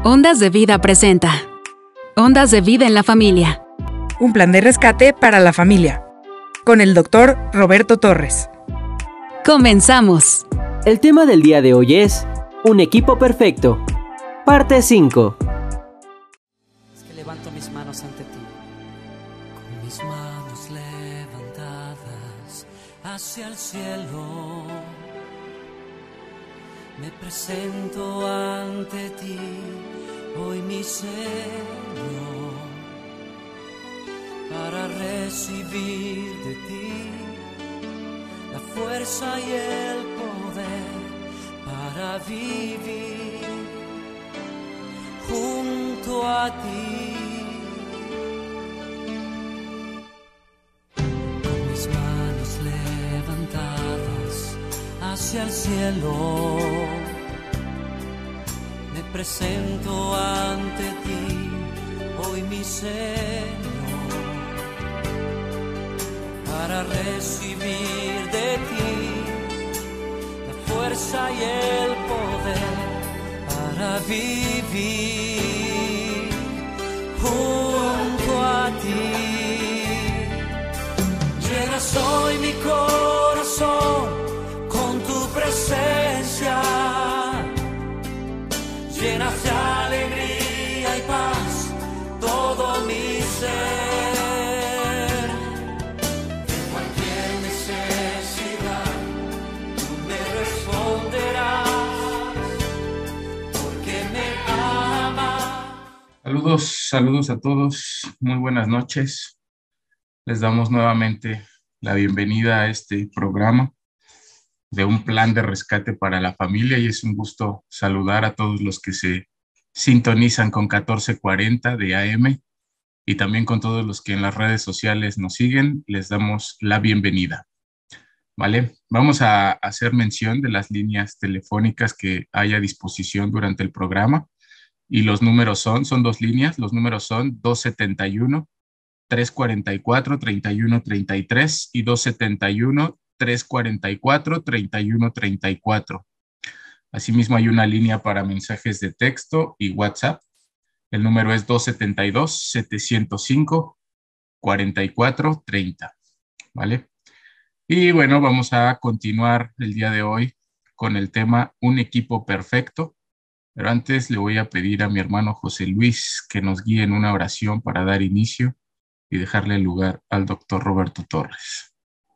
Ondas de Vida presenta Ondas de Vida en la Familia. Un plan de rescate para la familia. Con el Dr. Roberto Torres. Comenzamos. El tema del día de hoy es Un equipo perfecto. Parte 5. Es que levanto mis manos ante ti, con mis manos levantadas hacia el cielo. Me presento ante ti, hoy mi Señor, para recibir de ti la fuerza y el poder para vivir junto a ti. Con mis manos levantadas hacia el cielo, me presento ante ti, hoy mi Señor, para recibir de ti la fuerza y el poder para vivir junto a ti. Llenas hoy mi corazón con tu presencia, llenas de alegría y paz todo mi ser. En cualquier necesidad tú me responderás, porque me amas. Saludos a todos, muy buenas noches. Les damos nuevamente la bienvenida a este programa de un plan de rescate para la familia, y es un gusto saludar a todos los que se sintonizan con 1440 de AM y también con todos los que en las redes sociales nos siguen. Les damos la bienvenida. ¿Vale? Vamos a hacer mención de las líneas telefónicas que hay a disposición durante el programa, y los números son dos líneas. Los números son 271-344-3133 y 271-344-3134. Asimismo, hay una línea para mensajes de texto y WhatsApp. El número es 272-705-4430. ¿Vale? Y bueno, vamos a continuar el día de hoy con el tema Un equipo perfecto. Pero antes le voy a pedir a mi hermano José Luis que nos guíe en una oración para dar inicio y dejarle lugar al doctor Roberto Torres.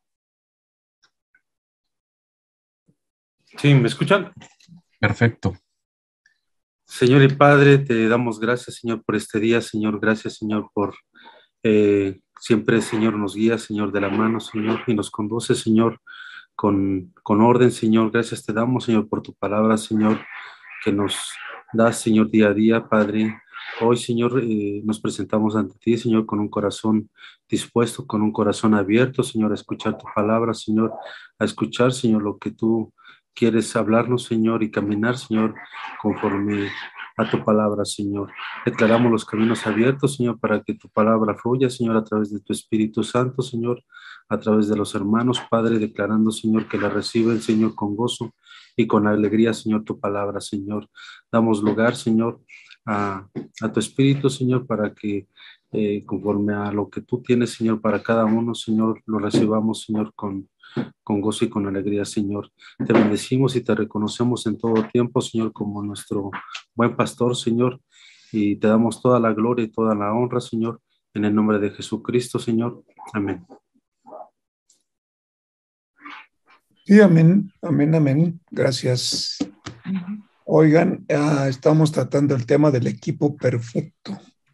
Sí, ¿me escuchan? Perfecto. Señor y Padre, te damos gracias, Señor, por este día, Señor. Gracias, Señor, por siempre, Señor, nos guía, Señor, de la mano, Señor, y nos conduce, Señor, con orden, Señor. Gracias te damos, Señor, por tu palabra, Señor, que nos das, Señor, día a día, Padre. Hoy, Señor, nos presentamos ante ti, Señor, con un corazón dispuesto, con un corazón abierto, Señor, a escuchar tu palabra, Señor, a escuchar, Señor, lo que tú quieres hablarnos, Señor, y caminar, Señor, conforme a tu palabra, Señor. Declaramos los caminos abiertos, Señor, para que tu palabra fluya, Señor, a través de tu Espíritu Santo, Señor, a través de los hermanos, Padre, declarando, Señor, que la reciben, Señor, con gozo y con alegría, Señor, tu palabra, Señor. Damos lugar, Señor, a tu Espíritu, Señor, para que conforme a lo que tú tienes, Señor, para cada uno, Señor, lo recibamos, Señor, con gozo y con alegría, Señor. Te bendecimos y te reconocemos en todo tiempo, Señor, como nuestro buen pastor, Señor, y te damos toda la gloria y toda la honra, Señor, en el nombre de Jesucristo, Señor. Amén. Sí, amén, amén, amén. Gracias. Oigan, estamos tratando el tema del equipo perfecto.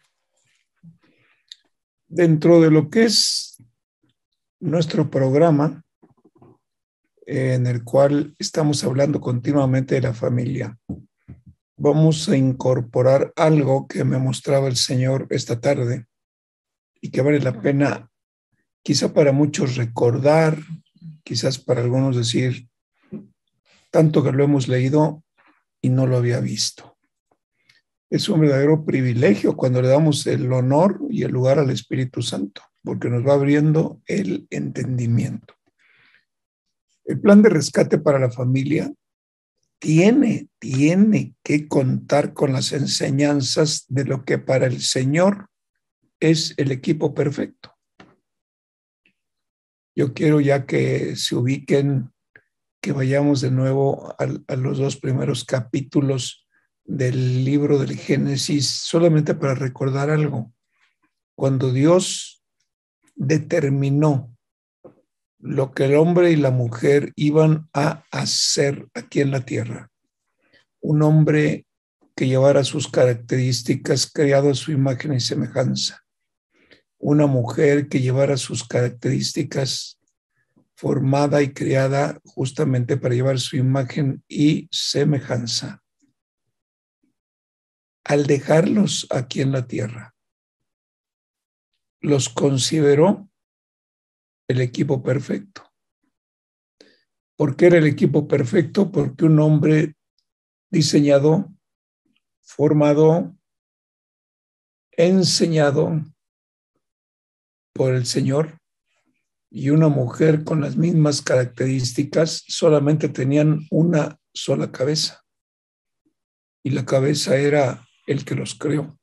Dentro de lo que es nuestro programa, en el cual estamos hablando continuamente de la familia, vamos a incorporar algo que me mostraba el Señor esta tarde y que vale la pena, quizá para muchos recordar, quizás para algunos decir, tanto que lo hemos leído y no lo había visto. Es un verdadero privilegio cuando le damos el honor y el lugar al Espíritu Santo, porque nos va abriendo el entendimiento. El plan de rescate para la familia tiene que contar con las enseñanzas de lo que para el Señor es el equipo perfecto. Yo quiero ya que se ubiquen, que vayamos de nuevo a los 2 primeros capítulos del libro del Génesis, solamente para recordar algo. Cuando Dios determinó lo que el hombre y la mujer iban a hacer aquí en la tierra, un hombre que llevara sus características, creado a su imagen y semejanza, una mujer que llevara sus características, formada y creada justamente para llevar su imagen y semejanza. Al dejarlos aquí en la tierra, los consideró el equipo perfecto. ¿Por qué era el equipo perfecto? Porque un hombre diseñado, formado, enseñado por el Señor y una mujer con las mismas características solamente tenían una sola cabeza. Y la cabeza era el que los creó.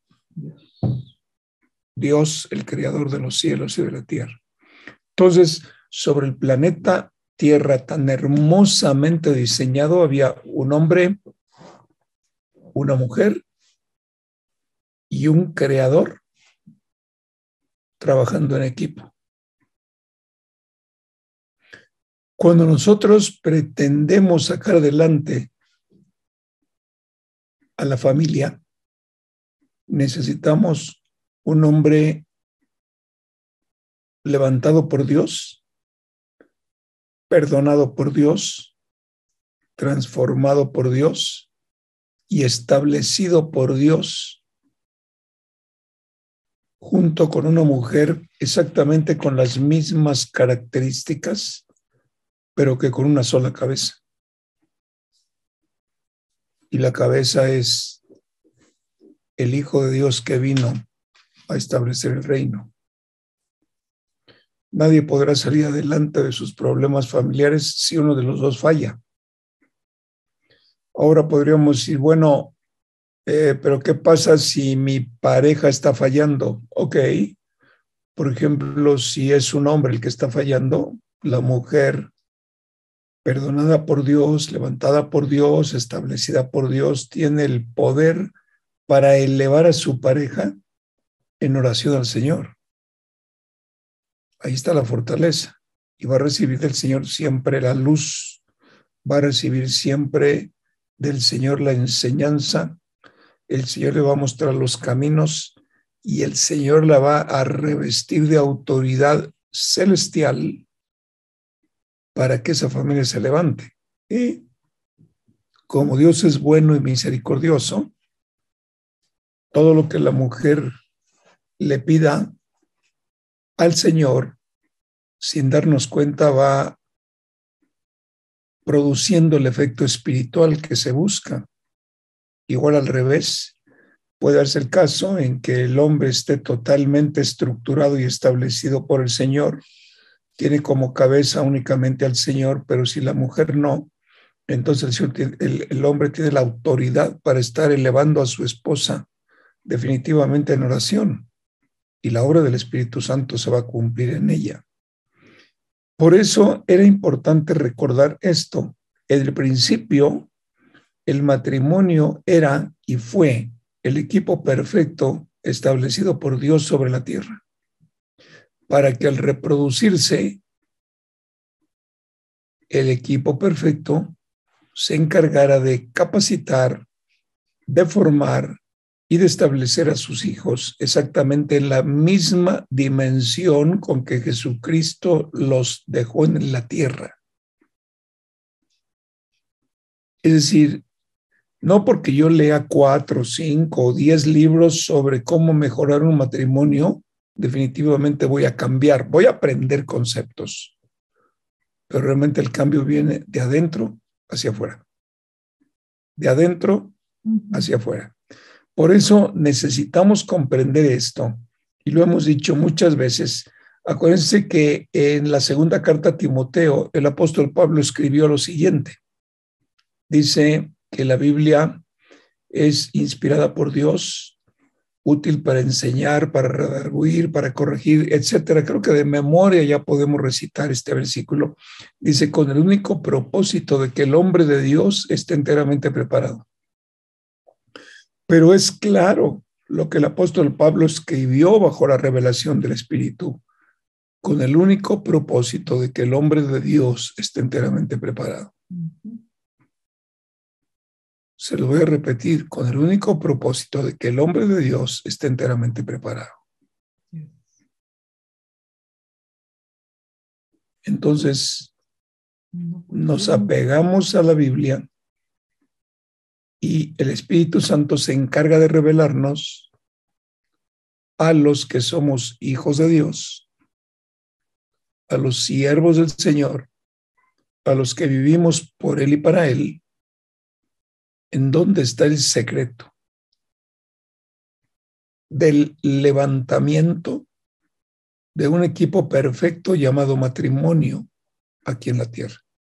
Dios, el creador de los cielos y de la tierra. Entonces, sobre el planeta Tierra tan hermosamente diseñado, había un hombre, una mujer y un creador trabajando en equipo. Cuando nosotros pretendemos sacar adelante a la familia, necesitamos un hombre levantado por Dios, perdonado por Dios, transformado por Dios y establecido por Dios, junto con una mujer exactamente con las mismas características, pero que con una sola cabeza. Y la cabeza es el Hijo de Dios que vino a establecer el reino. Nadie podrá salir adelante de sus problemas familiares si uno de los dos falla. Ahora podríamos decir, bueno, pero ¿qué pasa si mi pareja está fallando? Ok, por ejemplo, si es un hombre el que está fallando, la mujer perdonada por Dios, levantada por Dios, establecida por Dios, tiene el poder para elevar a su pareja en oración al Señor. Ahí está la fortaleza. Y va a recibir del Señor siempre la luz, va a recibir siempre del Señor la enseñanza. El Señor le va a mostrar los caminos y el Señor la va a revestir de autoridad celestial para que esa familia se levante. Y como Dios es bueno y misericordioso, todo lo que la mujer le pida al Señor, sin darnos cuenta, va produciendo el efecto espiritual que se busca. Igual al revés, puede darse el caso en que el hombre esté totalmente estructurado y establecido por el Señor, tiene como cabeza únicamente al Señor, pero si la mujer no, entonces el hombre tiene la autoridad para estar elevando a su esposa definitivamente en oración, y la obra del Espíritu Santo se va a cumplir en ella. Por eso era importante recordar esto. En el principio, el matrimonio era y fue el equipo perfecto establecido por Dios sobre la tierra, para que al reproducirse, el equipo perfecto se encargara de capacitar, de formar y de establecer a sus hijos exactamente en la misma dimensión con que Jesucristo los dejó en la tierra. Es decir, no porque yo lea 4, 5 o 10 libros sobre cómo mejorar un matrimonio, definitivamente voy a cambiar, voy a aprender conceptos, pero realmente el cambio viene de adentro hacia afuera, de adentro hacia afuera. Por eso necesitamos comprender esto, y lo hemos dicho muchas veces. Acuérdense que en la segunda carta a Timoteo, el apóstol Pablo escribió lo siguiente. dice que la Biblia es inspirada por Dios, útil para enseñar, para redarguir, para corregir, etcétera. Creo que de memoria ya podemos recitar este versículo. Dice, con el único propósito de que el hombre de Dios esté enteramente preparado. Pero es claro lo que el apóstol Pablo escribió bajo la revelación del Espíritu, con el único propósito de que el hombre de Dios esté enteramente preparado. Se lo voy a repetir, con el único propósito de que el hombre de Dios esté enteramente preparado. Entonces, nos apegamos a la Biblia y el Espíritu Santo se encarga de revelarnos a los que somos hijos de Dios, a los siervos del Señor, a los que vivimos por Él y para Él, en dónde está el secreto del levantamiento de un equipo perfecto llamado matrimonio aquí en la tierra.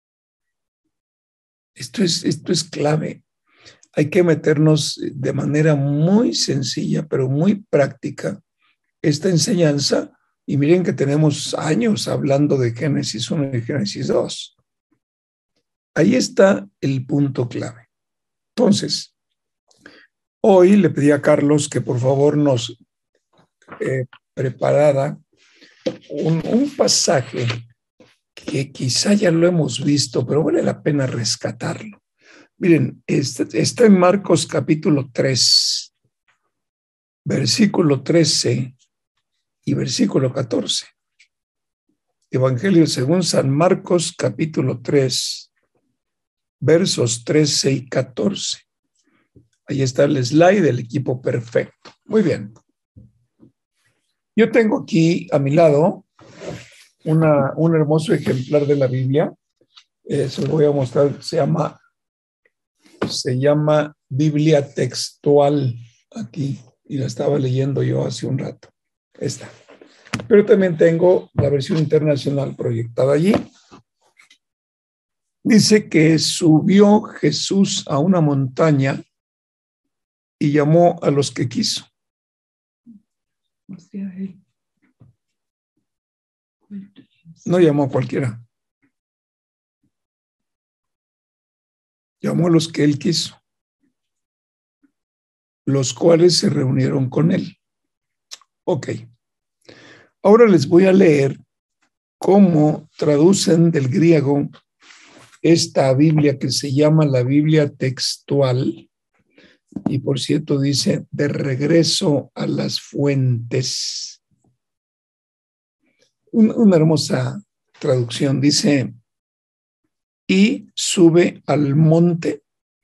Esto es clave. Hay que meternos de manera muy sencilla, pero muy práctica, esta enseñanza. Y miren que tenemos años hablando de Génesis 1 y Génesis 2. Ahí está el punto clave. Entonces, hoy le pedí a Carlos que por favor nos preparara un pasaje que quizá ya lo hemos visto, pero vale la pena rescatarlo. Miren, está en Marcos capítulo 3, versículo 13 y versículo 14. Evangelio según San Marcos capítulo 3, versos 13 y 14. Ahí está el slide del equipo perfecto. Muy bien. Yo tengo aquí a mi lado un hermoso ejemplar de la Biblia. Se lo voy a mostrar. Se llama Biblia textual aquí y la estaba leyendo yo hace un rato. Esta. Pero también tengo la versión internacional proyectada allí. Dice que subió Jesús a una montaña y llamó a los que quiso. No llamó a cualquiera. Llamó a los que él quiso, los cuales se reunieron con él. Ok. Ahora les voy a leer cómo traducen del griego esta Biblia que se llama la Biblia textual. Y por cierto dice, de regreso a las fuentes. Una hermosa traducción. Dice, y sube al monte.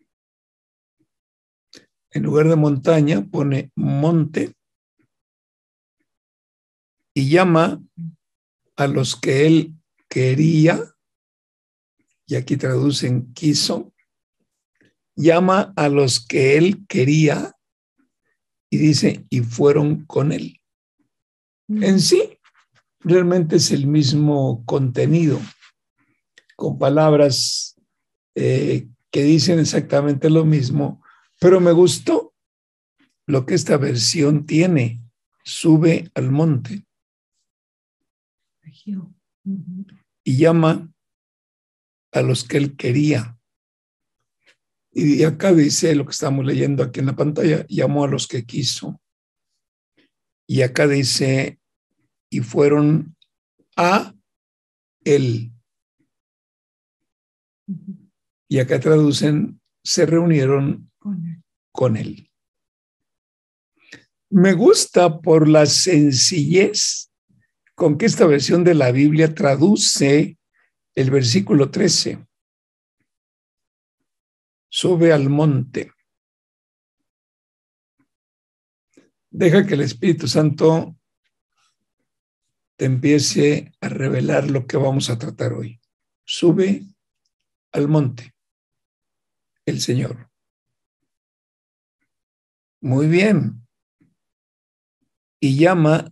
En lugar de montaña pone monte. Y llama a los que él quería. Y aquí traducen quiso. Llama a los que él quería y dice, y fueron con él. En sí, realmente es el mismo contenido, con palabras que dicen exactamente lo mismo, pero me gustó lo que esta versión tiene. Sube al monte y llama a los que él quería. Y acá dice lo que estamos leyendo aquí en la pantalla, llamó a los que quiso. Y acá dice, y fueron a él. Y acá traducen, se reunieron con él. Me gusta por la sencillez con que esta versión de la Biblia traduce el versículo 13. Sube al monte. Deja que el Espíritu Santo te empiece a revelar lo que vamos a tratar hoy. Sube al monte, el Señor. Muy bien. Y llama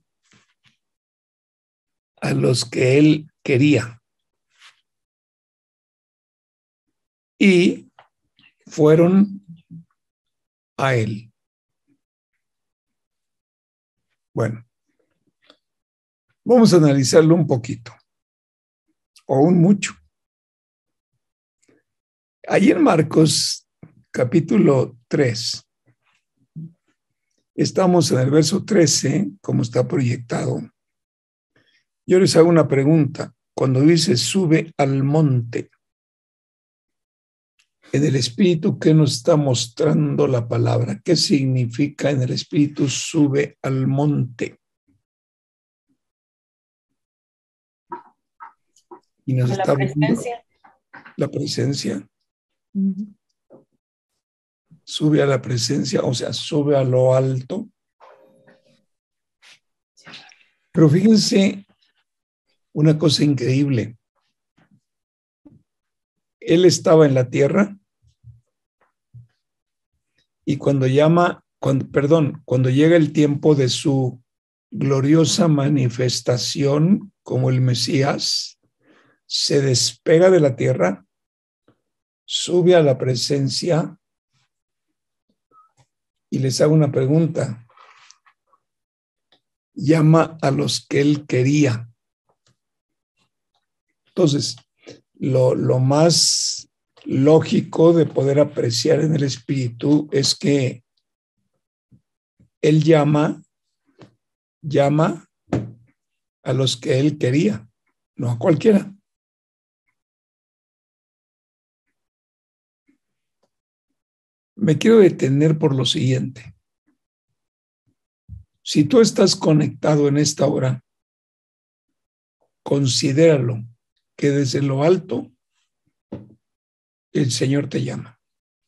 a los que él quería. Y fueron a él. Bueno, vamos a analizarlo un poquito, o un mucho. Ahí en Marcos, capítulo 3, estamos en el verso 13, como está proyectado. Yo les hago una pregunta. Cuando dice sube al monte, en el Espíritu, ¿qué nos está mostrando la palabra? ¿Qué significa en el Espíritu sube al monte? Y nos está hablando la presencia. Sube a la presencia, o sea, sube a lo alto. Pero fíjense una cosa increíble. Él estaba en la tierra y cuando llega el tiempo de su gloriosa manifestación como el Mesías, se despega de la tierra, sube a la presencia y les hago una pregunta. Llama a los que él quería. Entonces, lo más lógico de poder apreciar en el Espíritu es que él llama a los que él quería, no a cualquiera. Me quiero detener por lo siguiente. Si tú estás conectado en esta hora, considéralo que desde lo alto el Señor te llama.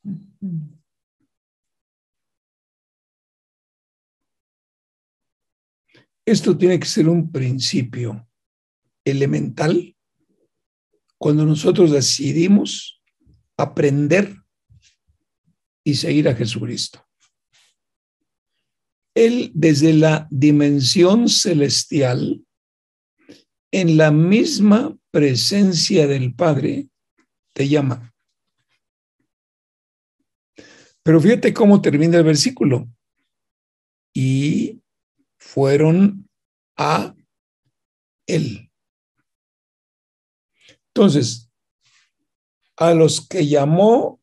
Esto tiene que ser un principio elemental cuando nosotros decidimos aprender y seguir a Jesucristo. Él, desde la dimensión celestial, en la misma presencia del Padre, te llama. Pero fíjate cómo termina el versículo. Y fueron a él. Entonces, a los que llamó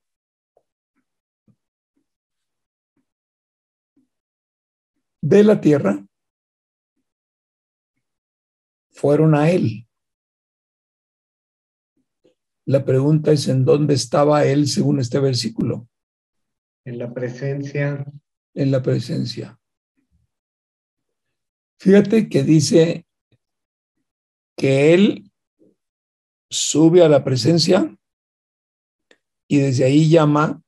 de la tierra, fueron a él. La pregunta es, ¿en dónde estaba él según este versículo? En la presencia. En la presencia. Fíjate que dice que él sube a la presencia y desde ahí llama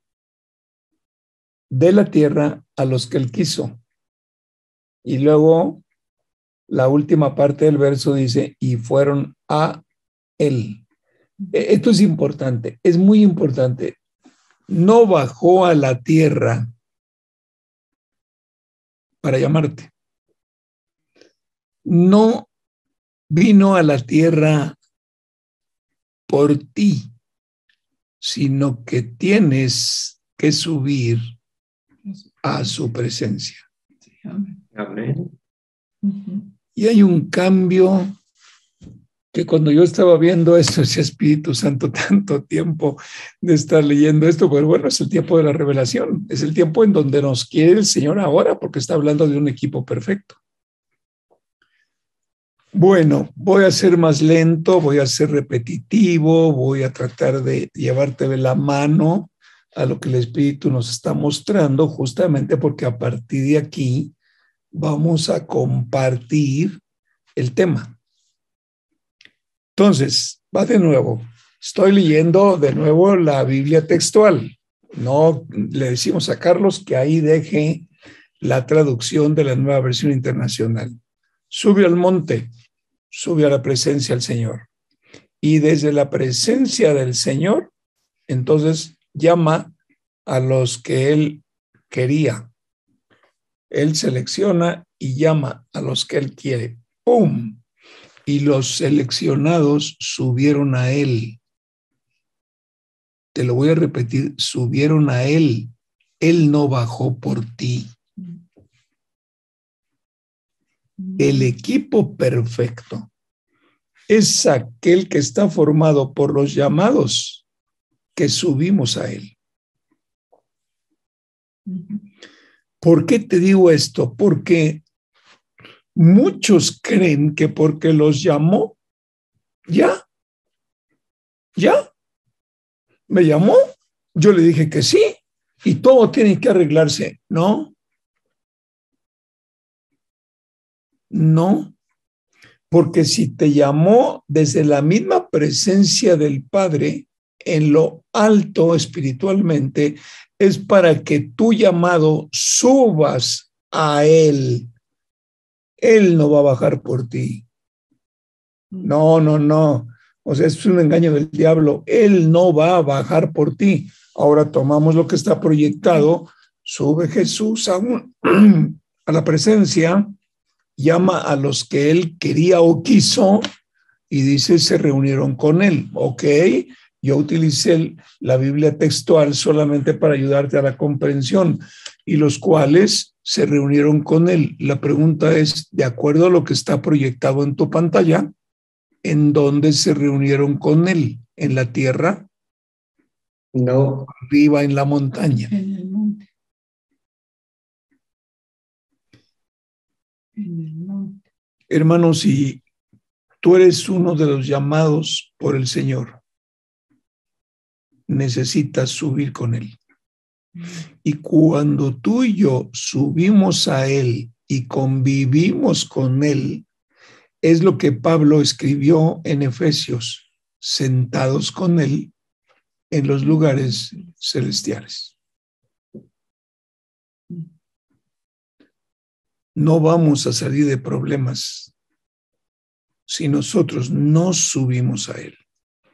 de la tierra a los que él quiso. Y luego la última parte del verso dice, y fueron a él. Esto es importante, es muy importante. No bajó a la tierra para llamarte. No vino a la tierra por ti, sino que tienes que subir a su presencia. Amén. Y hay un cambio que cuando yo estaba viendo esto, ese Espíritu Santo, tanto tiempo de estar leyendo esto, pues bueno, es el tiempo de la revelación, es el tiempo en donde nos quiere el Señor ahora, porque está hablando de un equipo perfecto. Bueno, voy a ser más lento, voy a ser repetitivo, voy a tratar de llevarte de la mano a lo que el Espíritu nos está mostrando, justamente porque a partir de aquí vamos a compartir el tema. Entonces, va de nuevo. Estoy leyendo de nuevo la Biblia textual. No le decimos a Carlos que ahí deje la traducción de la Nueva Versión Internacional. Sube al monte, sube a la presencia del Señor. Y desde la presencia del Señor, entonces llama a los que él quería. Él selecciona y llama a los que él quiere. ¡Pum! Y los seleccionados subieron a él. Te lo voy a repetir, subieron a Él. Él no bajó por ti. El equipo perfecto es aquel que está formado por los llamados que subimos a Él. ¿Por qué te digo esto? Porque muchos creen que porque los llamó, ya, me llamó, yo le dije que sí, y todo tiene que arreglarse. No, porque si te llamó desde la misma presencia del Padre, en lo alto espiritualmente, es para que tu llamado subas a Él. Él no va a bajar por ti. No. O sea, es un engaño del diablo. Él no va a bajar por ti. Ahora tomamos lo que está proyectado, sube Jesús a la presencia, llama a los que él quería o quiso y dice, se reunieron con él. Ok, yo utilicé la Biblia textual solamente para ayudarte a la comprensión, y los cuales se reunieron con él. La pregunta es, de acuerdo a lo que está proyectado en tu pantalla, ¿en dónde se reunieron con él? ¿En la tierra? No. Arriba en la montaña. En el monte. Hermanos, si tú eres uno de los llamados por el Señor, necesitas subir con Él. Y cuando tú y yo subimos a Él y convivimos con Él, es lo que Pablo escribió en Efesios, sentados con Él en los lugares celestiales. No vamos a salir de problemas si nosotros no subimos a Él.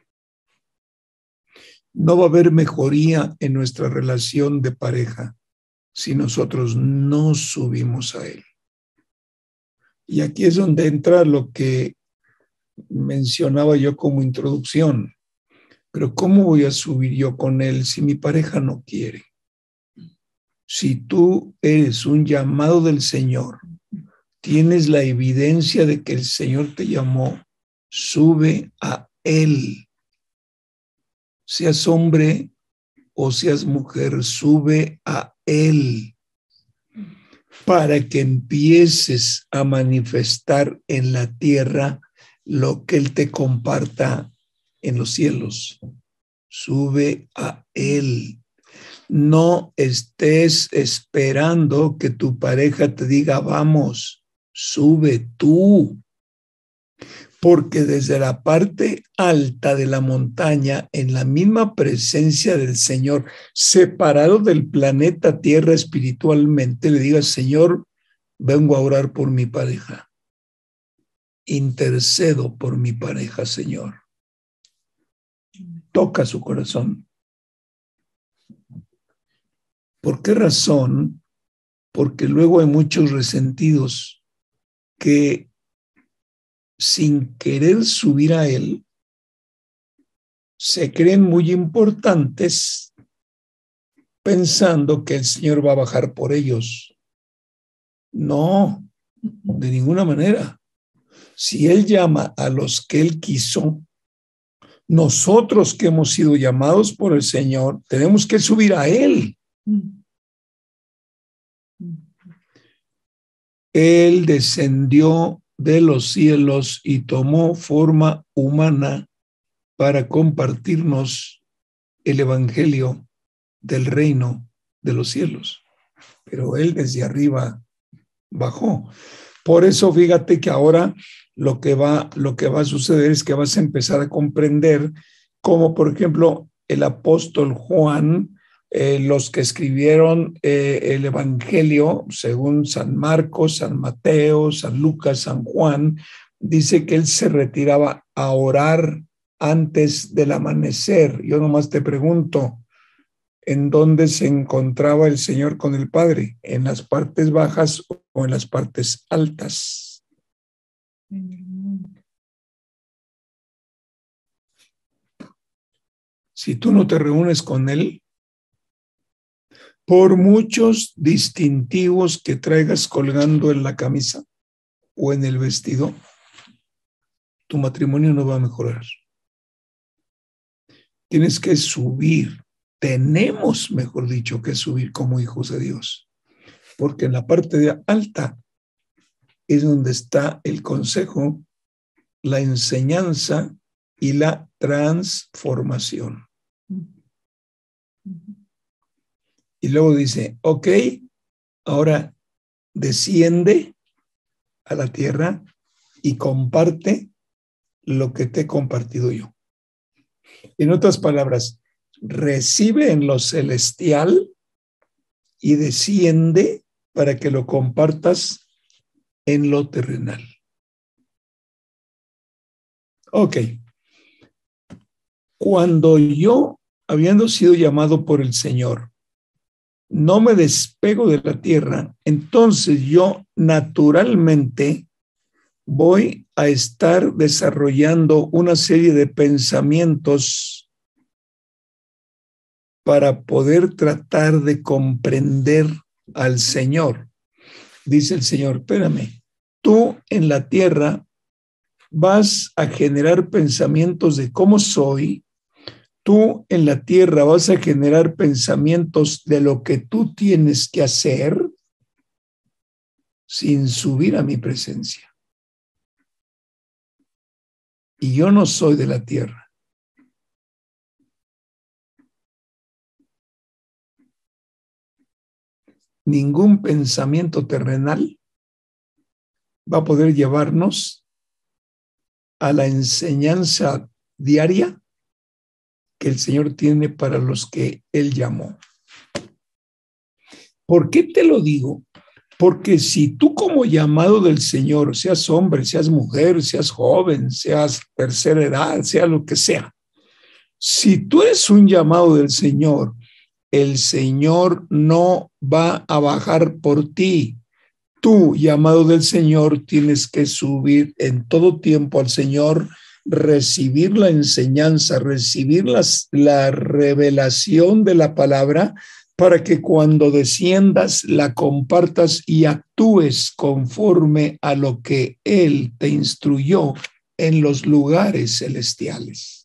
No va a haber mejoría en nuestra relación de pareja si nosotros no subimos a Él. Y aquí es donde entra lo que mencionaba yo como introducción. Pero ¿cómo voy a subir yo con Él si mi pareja no quiere? Si tú eres un llamado del Señor, tienes la evidencia de que el Señor te llamó, sube a Él. Seas hombre o seas mujer, sube a Él para que empieces a manifestar en la tierra lo que Él te comparta en los cielos. Sube a Él. No estés esperando que tu pareja te diga, vamos, sube tú. Porque desde la parte alta de la montaña, en la misma presencia del Señor, separado del planeta Tierra espiritualmente, le digas, Señor, vengo a orar por mi pareja. Intercedo por mi pareja, Señor. Toca su corazón. ¿Por qué razón? Porque luego hay muchos resentidos que sin querer subir a Él, se creen muy importantes pensando que el Señor va a bajar por ellos. No, de ninguna manera. Si Él llama a los que Él quiso, nosotros que hemos sido llamados por el Señor, tenemos que subir a Él. Él descendió de los cielos y tomó forma humana para compartirnos el evangelio del reino de los cielos. Pero Él desde arriba bajó. Por eso fíjate que ahora lo que va a suceder es que vas a empezar a comprender como, por ejemplo, el apóstol Juan, los que escribieron el Evangelio, según San Marcos, San Mateo, San Lucas, San Juan, dice que él se retiraba a orar antes del amanecer. Yo nomás te pregunto, ¿en dónde se encontraba el Señor con el Padre? ¿En las partes bajas o en las partes altas? si tú no te reúnes con Él, por muchos distintivos que traigas colgando en la camisa o en el vestido, tu matrimonio no va a mejorar. Tienes que subir, tenemos, mejor dicho, que subir como hijos de Dios, porque en la parte alta es donde está el consejo, la enseñanza y la transformación. Y luego dice, ok, ahora desciende a la tierra y comparte lo que te he compartido yo. En otras palabras, recibe en lo celestial y desciende para que lo compartas en lo terrenal. Ok. Cuando yo, habiendo sido llamado por el Señor, no me despego de la tierra, entonces yo naturalmente voy a estar desarrollando una serie de pensamientos para poder tratar de comprender al Señor. Dice el Señor, espérame, tú en la tierra vas a generar pensamientos de cómo soy, tú en la tierra vas a generar pensamientos de lo que tú tienes que hacer sin subir a mi presencia. Y yo no soy de la tierra. Ningún pensamiento terrenal va a poder llevarnos a la enseñanza diaria que el Señor tiene para los que Él llamó. ¿Por qué te lo digo? Porque si tú como llamado del Señor, seas hombre, seas mujer, seas joven, seas tercera edad, sea lo que sea, si tú eres un llamado del Señor, el Señor no va a bajar por ti. Tú, llamado del Señor, tienes que subir en todo tiempo al Señor, recibir la enseñanza, recibir la revelación de la palabra, para que cuando desciendas la compartas y actúes conforme a lo que Él te instruyó en los lugares celestiales.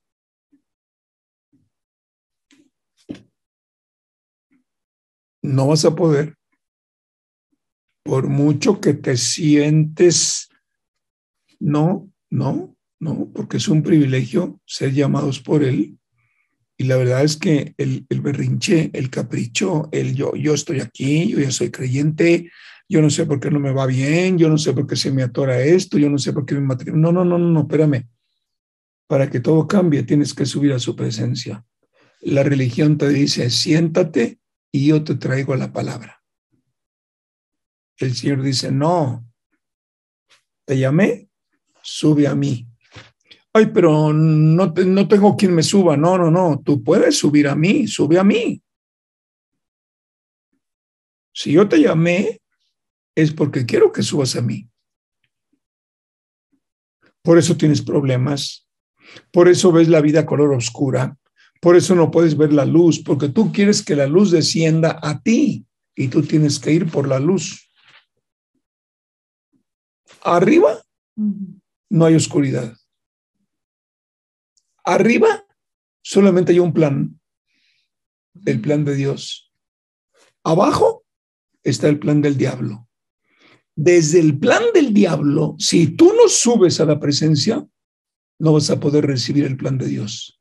No vas a poder, por mucho que te sientes, no, porque es un privilegio ser llamados por Él. Y la verdad es que el berrinche, el capricho, yo estoy aquí, yo ya soy creyente, yo no sé por qué no me va bien, yo no sé por qué se me atora esto, yo no sé por qué mi matrimonio. No, espérame. Para que todo cambie, tienes que subir a su presencia. La religión te dice, siéntate y yo te traigo la palabra. El Señor dice, no, te llamé, sube a mí. Ay, pero no tengo quien me suba. No, tú puedes subir a mí, sube a mí. Si yo te llamé, es porque quiero que subas a mí. Por eso tienes problemas, por eso ves la vida color oscura, por eso no puedes ver la luz, porque tú quieres que la luz descienda a ti y tú tienes que ir por la luz. Arriba no hay oscuridad. Arriba solamente hay un plan, el plan de Dios. Abajo está el plan del diablo. Desde el plan del diablo, si tú no subes a la presencia, no vas a poder recibir el plan de Dios.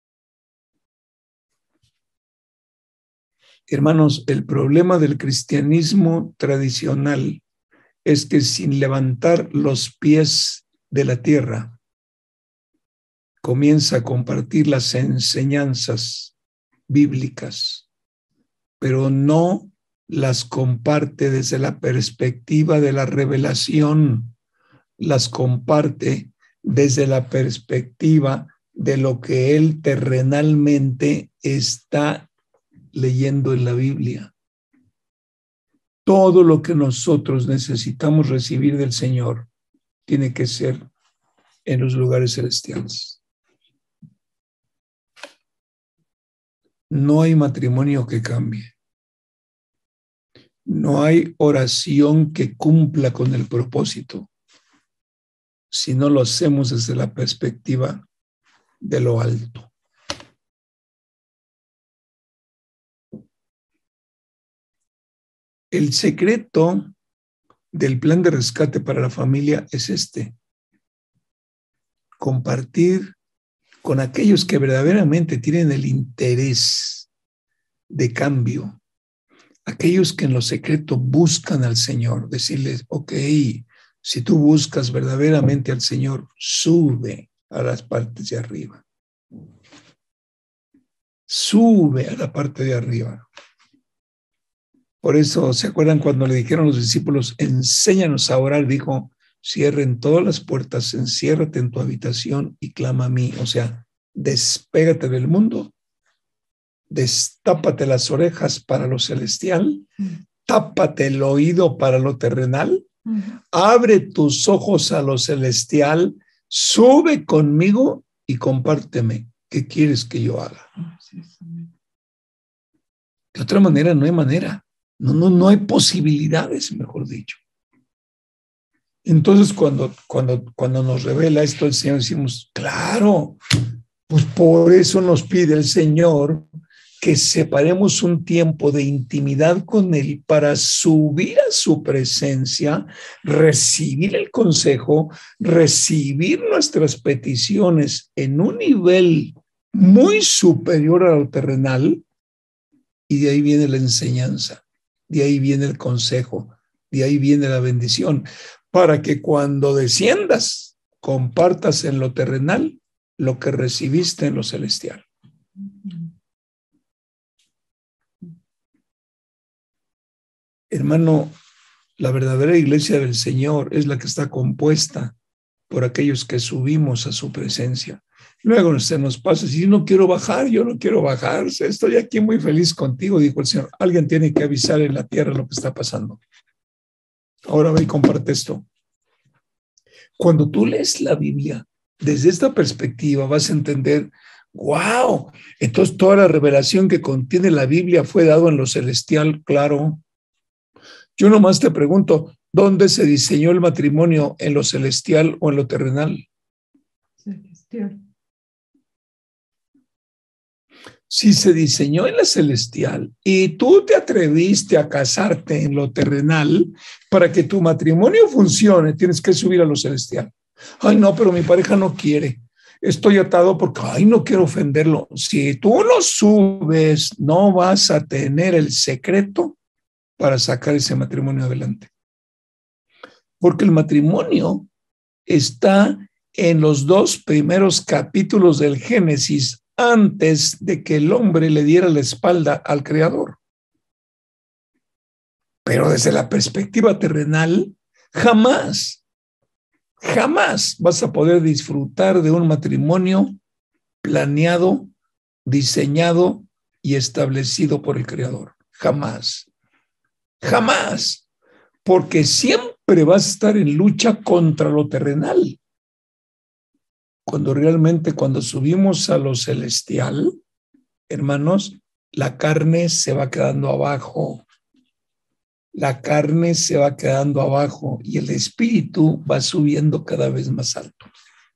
Hermanos, el problema del cristianismo tradicional es que sin levantar los pies de la tierra, comienza a compartir las enseñanzas bíblicas, pero no las comparte desde la perspectiva de la revelación, las comparte desde la perspectiva de lo que él terrenalmente está leyendo en la Biblia. Todo lo que nosotros necesitamos recibir del Señor tiene que ser en los lugares celestiales. no hay matrimonio que cambie. No hay oración que cumpla con el propósito si no lo hacemos desde la perspectiva de lo alto. El secreto del plan de rescate para la familia es compartir con aquellos que verdaderamente tienen el interés de cambio, aquellos que en lo secreto buscan al Señor, decirles, ok, si tú buscas verdaderamente al Señor, sube a las partes de arriba. Sube a la parte de arriba. Por eso, ¿se acuerdan cuando le dijeron los discípulos, enséñanos a orar? Dijo, cierren todas las puertas, enciérrate en tu habitación y clama a mí. O sea, despégate del mundo, destápate las orejas para lo celestial, tápate el oído para lo terrenal, abre tus ojos a lo celestial, sube conmigo y compárteme. ¿Qué quieres que yo haga? De otra manera, no hay manera. No hay posibilidades, mejor dicho. Entonces, cuando nos revela esto el Señor, decimos, claro, pues por eso nos pide el Señor que separemos un tiempo de intimidad con Él para subir a su presencia, recibir el consejo, recibir nuestras peticiones en un nivel muy superior a lo terrenal, y de ahí viene la enseñanza. De ahí viene el consejo, de ahí viene la bendición, para que cuando desciendas, compartas en lo terrenal lo que recibiste en lo celestial. Hermano, la verdadera iglesia del Señor es la que está compuesta por aquellos que subimos a su presencia. Luego se nos pasa, si no quiero bajar, yo no quiero bajar, estoy aquí muy feliz contigo, dijo el Señor. Alguien tiene que avisar en la tierra lo que está pasando. Ahora ve y comparte esto. Cuando tú lees la Biblia, desde esta perspectiva vas a entender, wow, entonces toda la revelación que contiene la Biblia fue dado en lo celestial, claro. Yo nomás te pregunto, ¿dónde se diseñó el matrimonio? ¿En lo celestial o en lo terrenal? Celestial. Si se diseñó en la celestial y tú te atreviste a casarte en lo terrenal, para que tu matrimonio funcione, tienes que subir a lo celestial. Ay, no, pero mi pareja no quiere. Estoy atado porque, ay, no quiero ofenderlo. Si tú no subes, no vas a tener el secreto para sacar ese matrimonio adelante. Porque el matrimonio está en los 2 primeros capítulos del Génesis, antes de que el hombre le diera la espalda al Creador. Pero desde la perspectiva terrenal, jamás vas a poder disfrutar de un matrimonio planeado, diseñado y establecido por el Creador. Jamás. Porque siempre vas a estar en lucha contra lo terrenal. Cuando subimos a lo celestial, hermanos, la carne se va quedando abajo. La carne se va quedando abajo y el espíritu va subiendo cada vez más alto.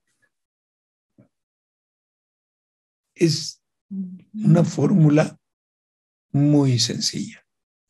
Es una fórmula muy sencilla.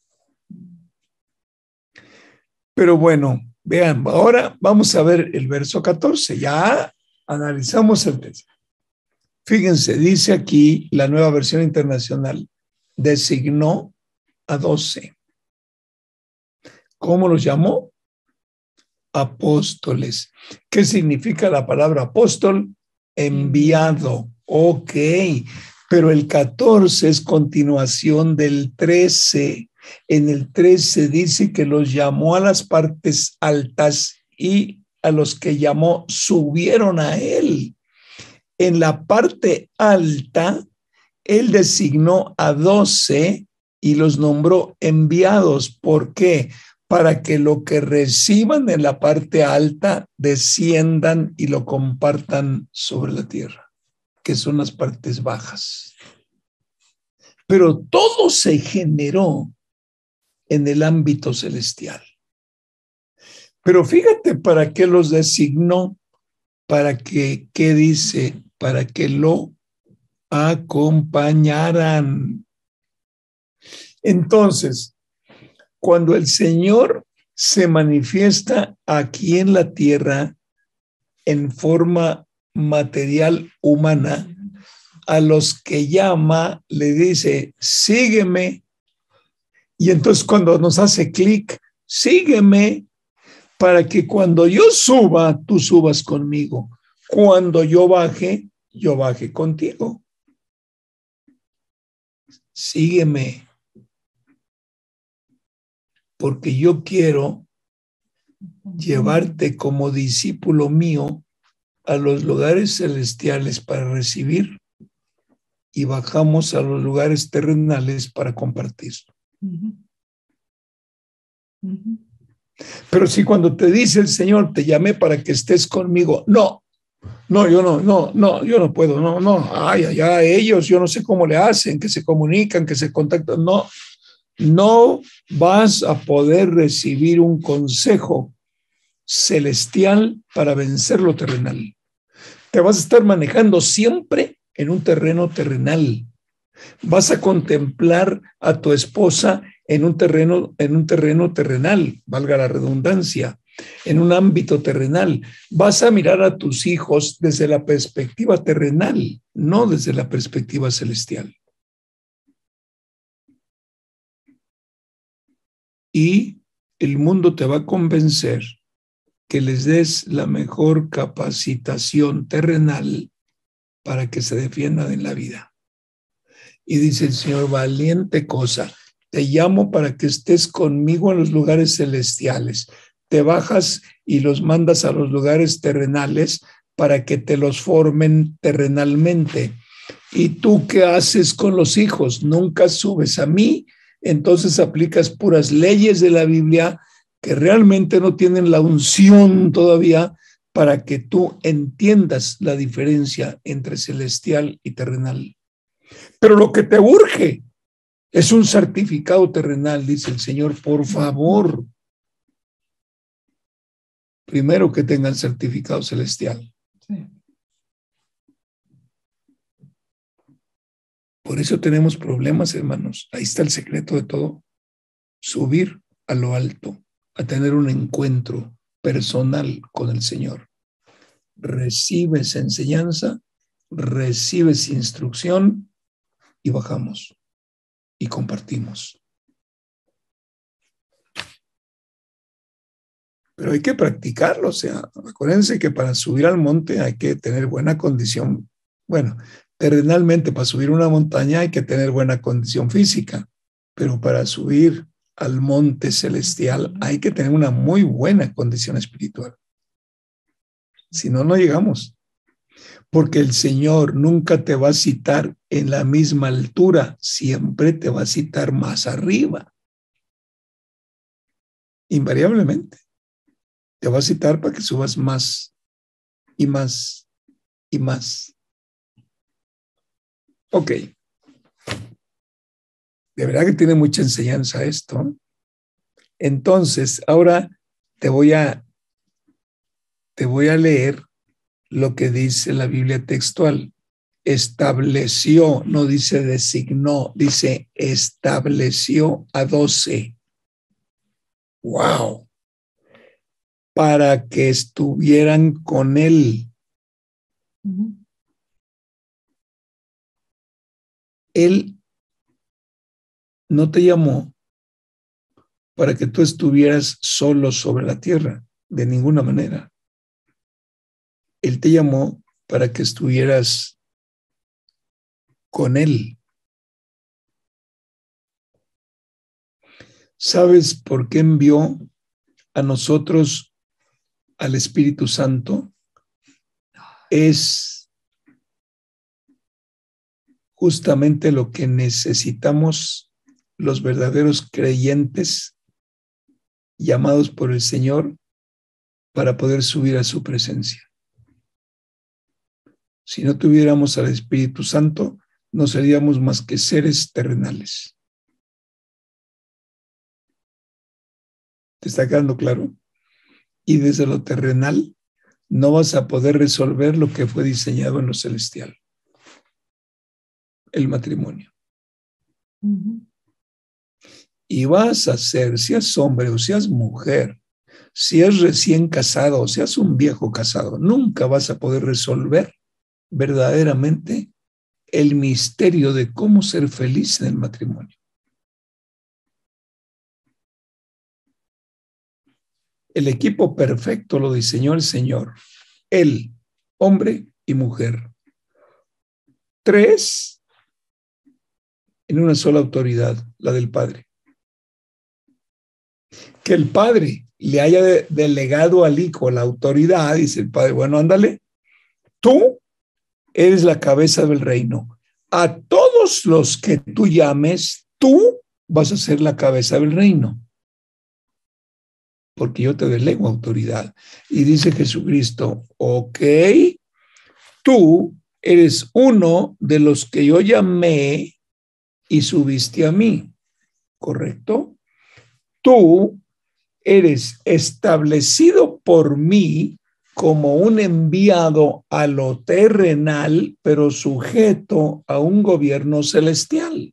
Pero bueno, vean, ahora vamos a ver el verso 14. Ya analizamos el texto. Fíjense, dice aquí la Nueva Versión Internacional, designó a 12. ¿Cómo los llamó? Apóstoles. ¿Qué significa la palabra apóstol? Enviado. Ok, pero el 14 es continuación del 13. En el 13 dice que los llamó a las partes altas y a los que llamó subieron a él. En la parte alta, él designó a 12 y los nombró enviados. ¿Por qué? Para que lo que reciban en la parte alta desciendan y lo compartan sobre la tierra, que son las partes bajas. pero todo se generó en el ámbito celestial. Pero fíjate para qué los designó, para que, ¿qué dice? Para que lo acompañaran. Entonces, cuando el Señor se manifiesta aquí en la tierra en forma material humana, a los que llama le dice, sígueme. Y entonces cuando nos hace clic, sígueme, para que cuando yo suba, tú subas conmigo. Cuando yo baje contigo. Sígueme, porque yo quiero llevarte como discípulo mío a los lugares celestiales para recibir y bajamos a los lugares terrenales para compartir. Pero si cuando te dice el Señor, te llamé para que estés conmigo, no, yo no puedo, ay, ellos, yo no sé cómo le hacen, que se comunican, que se contactan, no vas a poder recibir un consejo celestial para vencer lo terrenal. Te vas a estar manejando siempre en un terreno terrenal. Vas a contemplar a tu esposa en un terreno terrenal, valga la redundancia, en un ámbito terrenal. Vas a mirar a tus hijos desde la perspectiva terrenal, no desde la perspectiva celestial. Y el mundo te va a convencer que les des la mejor capacitación terrenal para que se defiendan en la vida. Y dice el Señor, valiente cosa, te llamo para que estés conmigo en los lugares celestiales. Te bajas y los mandas a los lugares terrenales para que te los formen terrenalmente. ¿Y tú qué haces con los hijos? Nunca subes a mí, entonces aplicas puras leyes de la Biblia que realmente no tienen la unción todavía para que tú entiendas la diferencia entre celestial y terrenal. Pero lo que te urge es un certificado terrenal, dice el Señor, por favor. Primero que tengan certificado celestial. Sí. Por eso tenemos problemas, hermanos. Ahí está el secreto de todo. Subir a lo alto, a tener un encuentro personal con el Señor. Recibes enseñanza, recibes instrucción y bajamos y compartimos. Pero hay que practicarlo, o sea, acuérdense que para subir al monte hay que tener buena condición. Bueno, terrenalmente para subir una montaña hay que tener buena condición física, pero para subir al monte celestial hay que tener una muy buena condición espiritual. Si no, no llegamos. Porque el Señor nunca te va a citar en la misma altura, siempre te va a citar más arriba. Invariablemente. Te va a citar para que subas más y más y más. Ok. De verdad que tiene mucha enseñanza esto. Entonces, ahora te voy a leer lo que dice la Biblia textual. Estableció, no dice designó, dice estableció a 12. ¡Wow! Para que estuvieran con él. Él no te llamó para que tú estuvieras solo sobre la tierra, de ninguna manera. Él te llamó para que estuvieras con él. ¿Sabes por qué envió a nosotros al Espíritu Santo? Es justamente lo que necesitamos los verdaderos creyentes llamados por el Señor para poder subir a su presencia. Si no tuviéramos al Espíritu Santo, no seríamos más que seres terrenales. ¿Te está quedando claro? Y desde lo terrenal no vas a poder resolver lo que fue diseñado en lo celestial, el matrimonio. Y vas a ser, seas hombre o seas mujer, si es recién casado o seas un viejo casado, nunca vas a poder resolver verdaderamente el misterio de cómo ser feliz en el matrimonio. El equipo perfecto lo diseñó el Señor, Él, hombre y mujer. 3 en una sola autoridad, la del Padre. Que el Padre le haya delegado al Hijo la autoridad, dice el Padre, bueno, ándale, tú eres la cabeza del reino. A todos los que tú llames, tú vas a ser la cabeza del reino. Porque yo te delego autoridad. Y dice Jesucristo, ok, tú eres uno de los que yo llamé y subiste a mí, ¿correcto? Tú eres establecido por mí como un enviado a lo terrenal, pero sujeto a un gobierno celestial.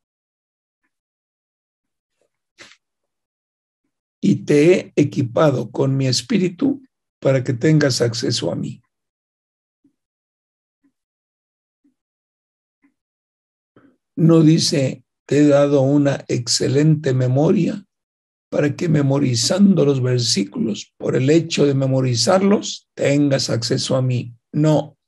Y te he equipado con mi espíritu para que tengas acceso a mí. No dice, te he dado una excelente memoria para que memorizando los versículos, por el hecho de memorizarlos, tengas acceso a mí. No,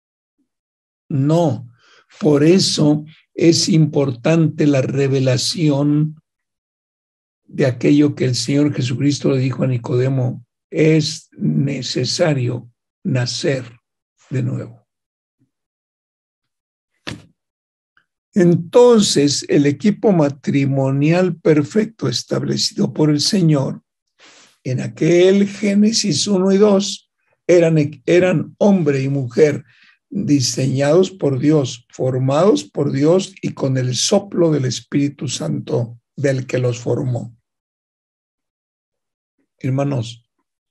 no. Por eso es importante la revelación de aquello que el Señor Jesucristo le dijo a Nicodemo, es necesario nacer de nuevo. Entonces, el equipo matrimonial perfecto establecido por el Señor, en aquel Génesis 1 y 2, eran hombre y mujer diseñados por Dios, formados por Dios y con el soplo del Espíritu Santo del que los formó. Hermanos,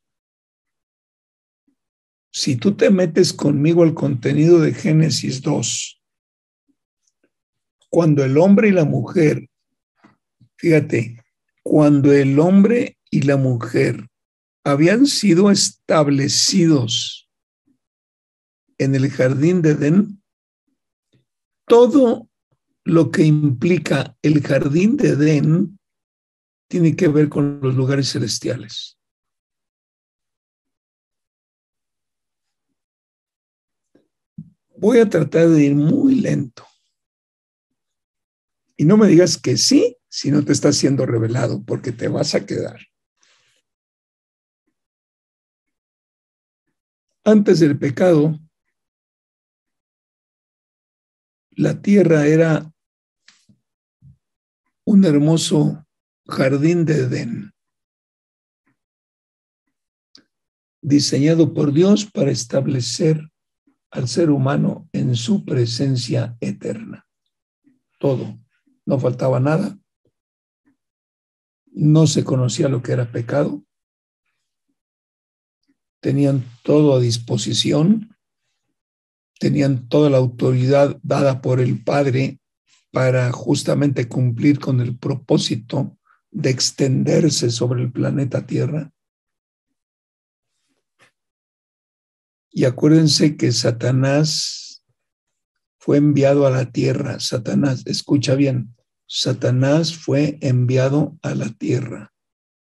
si tú te metes conmigo al contenido de Génesis 2, cuando el hombre y la mujer, fíjate, cuando el hombre y la mujer habían sido establecidos en el jardín de Edén, todo lo que implica el jardín de Edén tiene que ver con los lugares celestiales. Voy a tratar de ir muy lento. Y no me digas que sí si no te está siendo revelado, porque te vas a quedar. Antes del pecado, la tierra era un hermoso jardín de Edén, diseñado por Dios para establecer al ser humano en su presencia eterna. Todo, no faltaba nada, no se conocía lo que era pecado, tenían todo a disposición, tenían toda la autoridad dada por el Padre para justamente cumplir con el propósito de extenderse sobre el planeta Tierra. Y acuérdense que Satanás fue enviado a la tierra. Satanás, escucha bien, Satanás fue enviado a la tierra.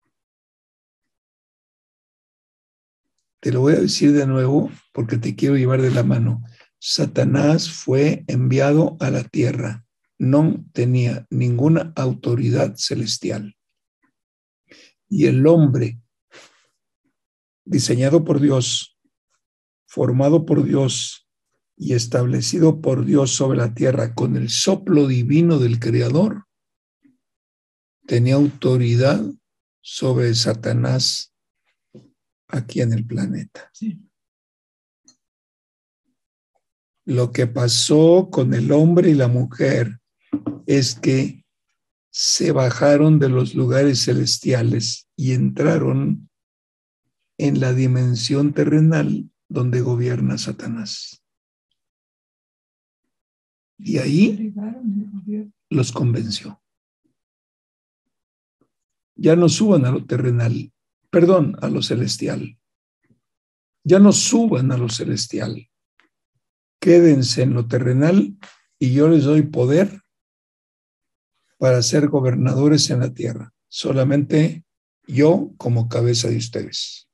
Te lo voy a decir de nuevo porque te quiero llevar de la mano. Satanás fue enviado a la tierra. No tenía ninguna autoridad celestial. Y el hombre, diseñado por Dios, formado por Dios y establecido por Dios sobre la tierra con el soplo divino del Creador, tenía autoridad sobre Satanás aquí en el planeta. Sí. Lo que pasó con el hombre y la mujer es que se bajaron de los lugares celestiales y entraron en la dimensión terrenal donde gobierna Satanás. Y ahí los convenció. Ya no suban a lo terrenal, perdón, a lo celestial. Ya no suban a lo celestial. Quédense en lo terrenal y yo les doy poder para ser gobernadores en la tierra. Solamente yo como cabeza de ustedes.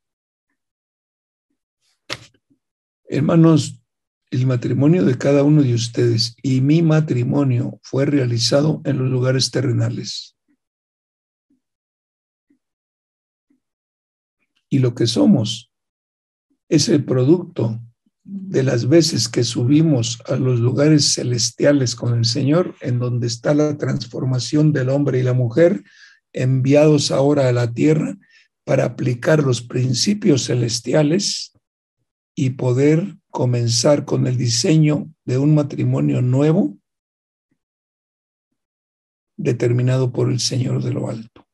Hermanos, el matrimonio de cada uno de ustedes y mi matrimonio fue realizado en los lugares terrenales. Y lo que somos es el producto de las veces que subimos a los lugares celestiales con el Señor, en donde está la transformación del hombre y la mujer, enviados ahora a la tierra para aplicar los principios celestiales y poder comenzar con el diseño de un matrimonio nuevo determinado por el Señor de lo alto.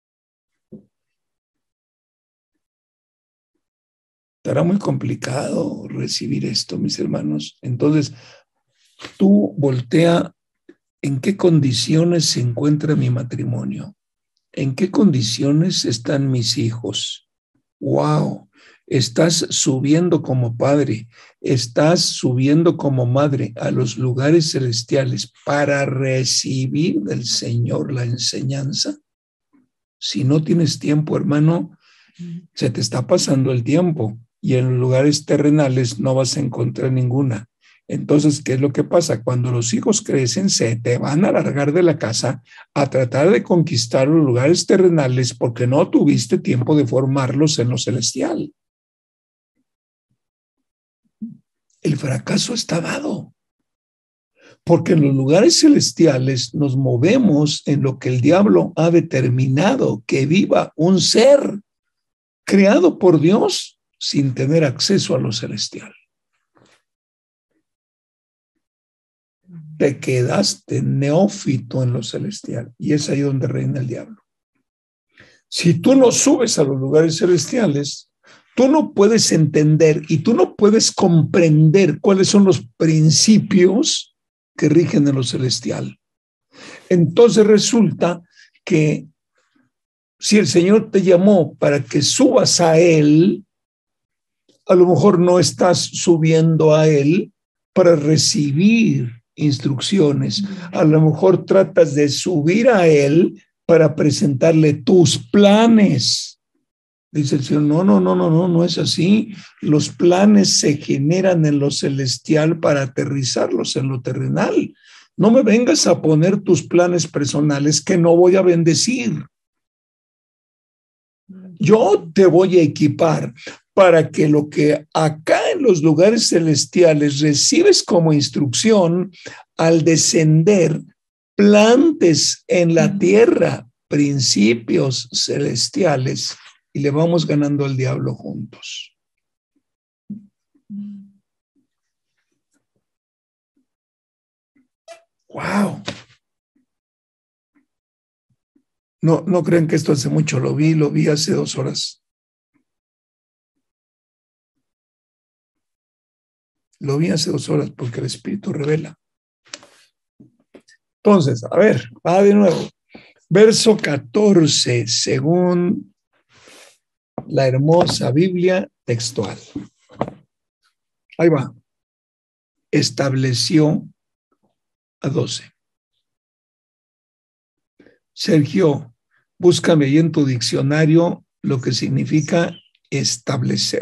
Estará muy complicado recibir esto, mis hermanos. Entonces, tú voltea en qué condiciones se encuentra mi matrimonio, en qué condiciones están mis hijos. ¡Wow! Estás subiendo como padre, estás subiendo como madre a los lugares celestiales para recibir del Señor la enseñanza. Si no tienes tiempo, hermano, se te está pasando el tiempo y en los lugares terrenales no vas a encontrar ninguna. Entonces, ¿qué es lo que pasa? Cuando los hijos crecen, se te van a largar de la casa a tratar de conquistar los lugares terrenales porque no tuviste tiempo de formarlos en lo celestial. El fracaso está dado. Porque en los lugares celestiales nos movemos en lo que el diablo ha determinado que viva un ser creado por Dios sin tener acceso a lo celestial. Te quedaste neófito en lo celestial y es ahí donde reina el diablo. Si tú no subes a los lugares celestiales, tú no puedes entender y tú no puedes comprender cuáles son los principios que rigen en lo celestial. Entonces resulta que si el Señor te llamó para que subas a Él, a lo mejor no estás subiendo a Él para recibir instrucciones. A lo mejor tratas de subir a Él para presentarle tus planes. Dice el Señor, no es así. Los planes se generan en lo celestial para aterrizarlos en lo terrenal. No me vengas a poner tus planes personales que no voy a bendecir. Yo te voy a equipar para que lo que acá en los lugares celestiales recibes como instrucción, al descender, plantes en la tierra principios celestiales y le vamos ganando al diablo juntos. ¡Wow! No crean que esto hace mucho, lo vi hace 2 horas. Lo vi hace 2 horas porque el Espíritu revela. Entonces, a ver, va de nuevo. Verso 14, según la hermosa Biblia textual. Ahí va. Estableció a 12. Sergio, búscame ahí en tu diccionario lo que significa establecer.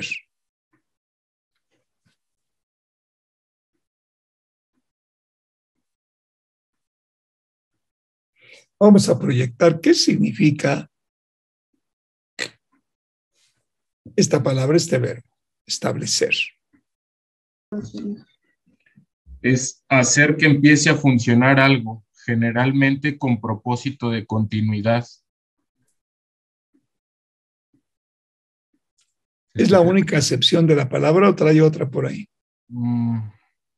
Vamos a proyectar qué significa esta palabra, este verbo, establecer. Es hacer que empiece a funcionar algo, generalmente con propósito de continuidad. ¿Es la única acepción de la palabra o trae otra por ahí?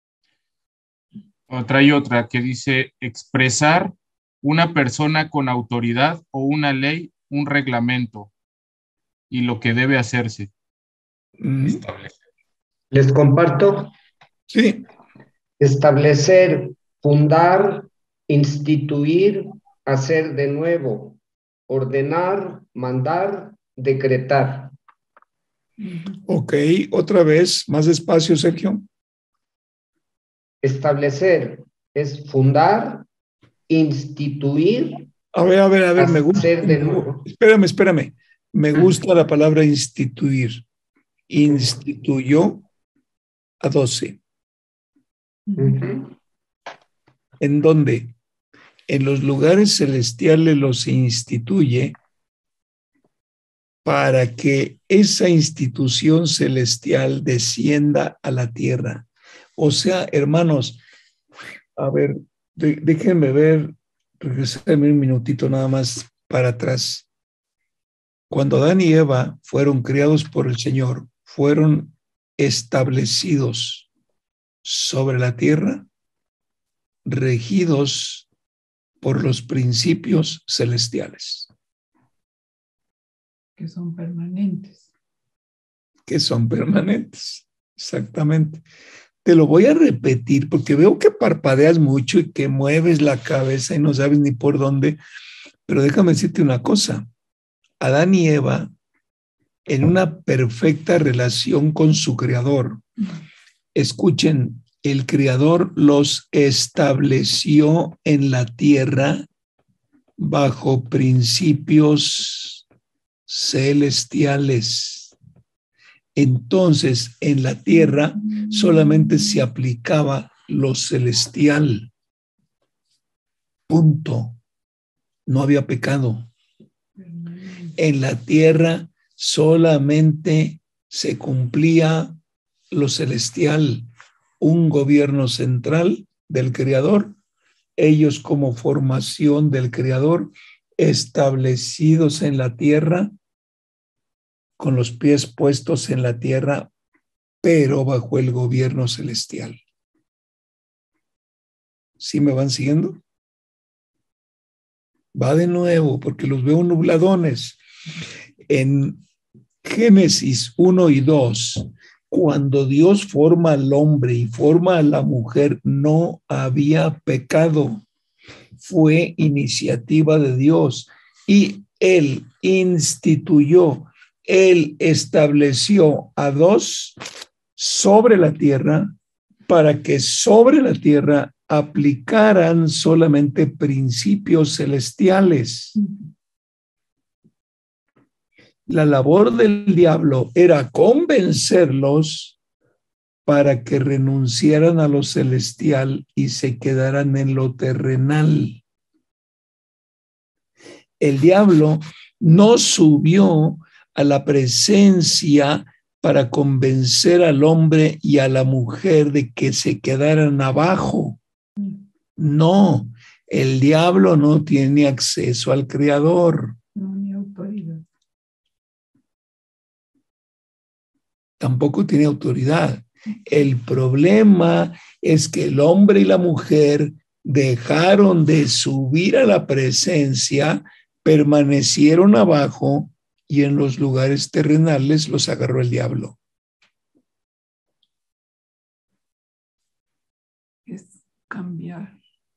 Otra y otra que dice expresar una persona con autoridad o una ley, un reglamento y lo que debe hacerse. Establecer. Les comparto. Sí. Establecer, fundar, instituir, hacer de nuevo, ordenar, mandar, decretar. Ok, otra vez, más despacio, Sergio. Establecer es fundar, instituir. A ver, me gusta. Hacer de nuevo. Espérame. Me gusta la palabra instituir. Instituyó a 12. ¿En dónde? En los lugares celestiales los instituye para que esa institución celestial descienda a la tierra. O sea, hermanos, a ver, déjenme ver, regresarme un minutito nada más para atrás. Cuando Adán y Eva fueron criados por el Señor, fueron establecidos sobre la tierra, regidos por los principios celestiales. Que son permanentes. Que son permanentes, exactamente. Te lo voy a repetir porque veo que parpadeas mucho y que mueves la cabeza y no sabes ni por dónde, pero déjame decirte una cosa. Adán y Eva, en una perfecta relación con su Creador, escuchen, el Creador los estableció en la tierra bajo principios celestiales. Entonces, en la tierra solamente se aplicaba lo celestial. Punto. No había pecado. En la tierra solamente se cumplía lo celestial, un gobierno central del Creador, ellos como formación del Creador, establecidos en la tierra, con los pies puestos en la tierra, pero bajo el gobierno celestial. ¿Sí me van siguiendo? Va de nuevo, porque los veo nubladones. En Génesis 1 y 2, cuando Dios forma al hombre y forma a la mujer, no había pecado. Fue iniciativa de Dios y Él instituyó, Él estableció a dos sobre la tierra para que sobre la tierra aplicaran solamente principios celestiales. La labor del diablo era convencerlos para que renunciaran a lo celestial y se quedaran en lo terrenal. El diablo no subió a la presencia para convencer al hombre y a la mujer de que se quedaran abajo. No, el diablo no tiene acceso al Creador. No, ni autoridad. Tampoco tiene autoridad. El problema es que el hombre y la mujer dejaron de subir a la presencia, permanecieron abajo y en los lugares terrenales los agarró el diablo. Es cambiar.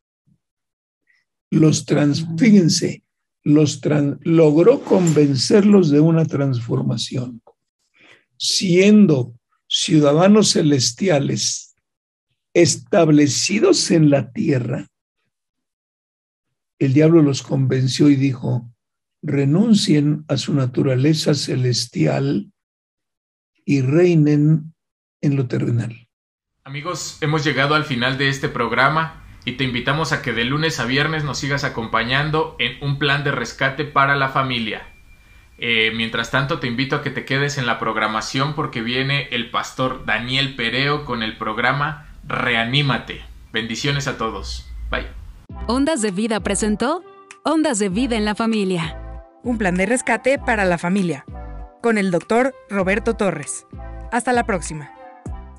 Fíjense, logró convencerlos de una transformación. Siendo ciudadanos celestiales establecidos en la tierra, el diablo los convenció y dijo, renuncien a su naturaleza celestial y reinen en lo terrenal. Amigos, hemos llegado al final de este programa y te invitamos a que de lunes a viernes nos sigas acompañando en un plan de rescate para la familia. Mientras tanto, te invito a que te quedes en la programación porque viene el pastor Daniel Pereo con el programa Reanímate. Bendiciones a todos. Bye. Ondas de Vida presentó Ondas de Vida en la Familia. Un plan de rescate para la familia. Con el doctor Roberto Torres. Hasta la próxima.